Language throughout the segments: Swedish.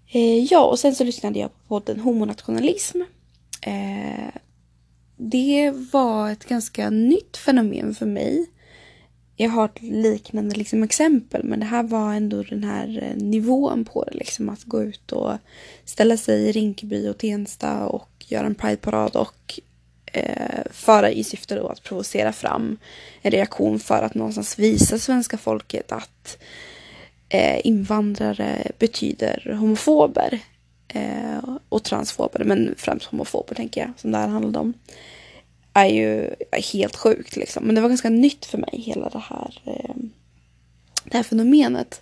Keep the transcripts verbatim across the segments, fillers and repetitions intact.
Eh, ja, och sen så lyssnade jag på podden Homonationalism. Eh, det var ett ganska nytt fenomen för mig. Jag har ett liknande liksom, exempel, men det här var ändå den här eh, nivån på det. Liksom, att gå ut och ställa sig i Rinkeby och Tensta och göra en prideparad och eh, föra i syfte då att provocera fram en reaktion för att någonstans visa svenska folket att eh, invandrare betyder homofober eh, och transfober, men främst homofober tänker jag, som det här handlade om. Är ju helt sjukt liksom. Men det var ganska nytt för mig, hela det här eh, det här fenomenet.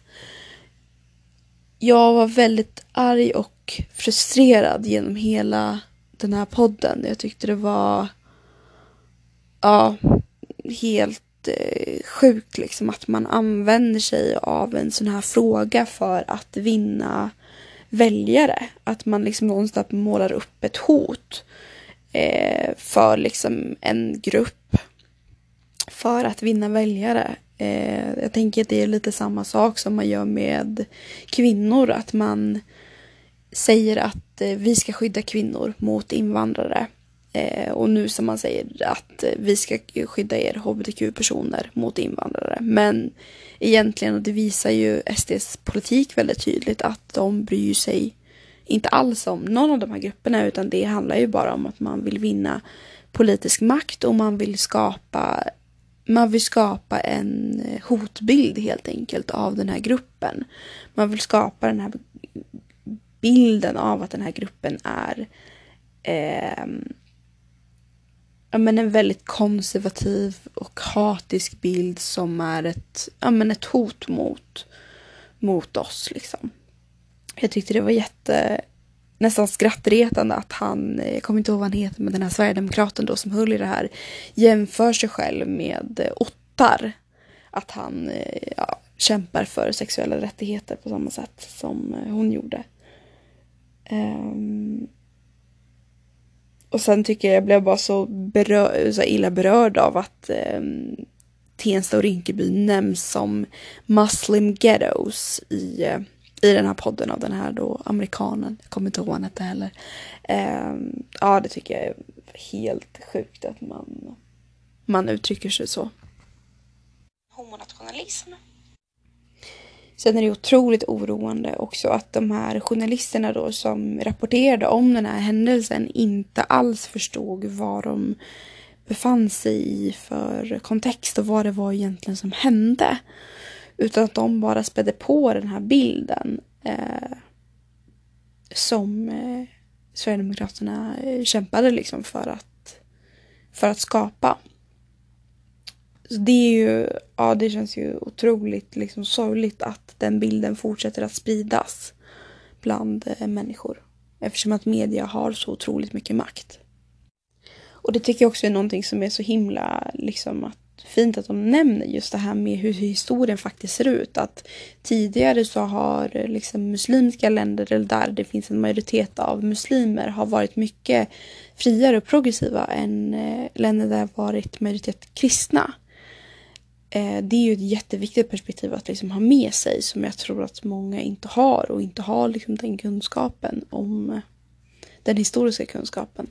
Jag var väldigt arg och frustrerad genom hela den här podden. Jag tyckte det var ja, helt eh, sjukt liksom, att man använder sig av en sån här fråga för att vinna väljare. Att man liksom någonstans målar upp ett hot eh, för liksom en grupp för att vinna väljare. Eh, jag tänker att det är lite samma sak som man gör med kvinnor. Att man säger att eh, vi ska skydda kvinnor mot invandrare. Eh, och nu som man säger att eh, vi ska skydda er hbtq-personer mot invandrare. Men egentligen, och det visar ju S D:s politik väldigt tydligt, att de bryr sig inte alls om någon av de här grupperna, utan det handlar ju bara om att man vill vinna politisk makt och man vill skapa man vill skapa en hotbild helt enkelt av den här gruppen. Man vill skapa den här bilden av att den här gruppen är eh, ja, men en väldigt konservativ och hatisk bild som är ett, ja, men ett hot mot, mot oss liksom. Jag tyckte det var jätte nästan skrattretande att han, jag kommer inte ihåg vad han heter, men den här Sverigedemokraten då som höll i det här, jämför sig själv med Ottar. Att han ja, kämpar för sexuella rättigheter på samma sätt som hon gjorde. Um, och sen tycker jag jag blev bara så, berör, så illa berörd av att um, Tensta och Rinkeby nämns som Muslim ghettos i i den här podden av den här då amerikanen. Jag kommer inte ihåg vad han hette heller. Um, ja, det tycker jag är helt sjukt att man, man uttrycker sig så. Homonationalism. Sen är det otroligt oroande också att de här journalisterna då som rapporterade om den här händelsen inte alls förstod vad de befann sig i för kontext och vad det var egentligen som hände. Utan att de bara spädde på den här bilden eh, som eh, Sverigedemokraterna eh, kämpade liksom för att, för att skapa. Så det är ju, ja, det känns ju otroligt liksom sorgligt att den bilden fortsätter att spridas bland eh, människor. Eftersom att media har så otroligt mycket makt. Och det tycker jag också är någonting som är så himla liksom att fint att de nämner just det här med hur historien faktiskt ser ut. Att tidigare så har liksom muslimska länder, eller där det finns en majoritet av muslimer, har varit mycket friare och progressiva än eh, länder där det har varit majoritet kristna. Eh, det är ju ett jätteviktigt perspektiv att liksom ha med sig, som jag tror att många inte har och inte har liksom den kunskapen om eh, den historiska kunskapen.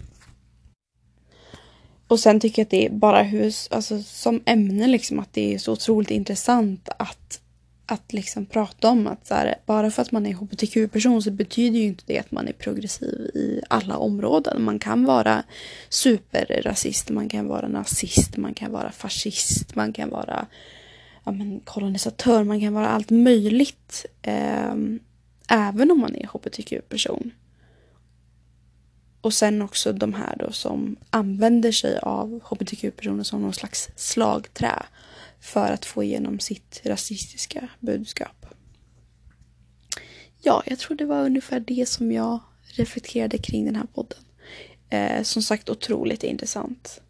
Och sen tycker jag att det är bara hur, alltså, som ämne liksom, att det är så otroligt intressant att, att liksom prata om att så här, bara för att man är hbtq-person så betyder ju inte det att man är progressiv i alla områden. Man kan vara superrasist, man kan vara nazist, man kan vara fascist, man kan vara ja, men, kolonisatör, man kan vara allt möjligt eh, även om man är hbtq-person. Och sen också de här då som använder sig av hbtq-personer som någon slags slagträ för att få igenom sitt rasistiska budskap. Ja, jag tror det var ungefär det som jag reflekterade kring den här podden. Eh, som sagt, otroligt intressant.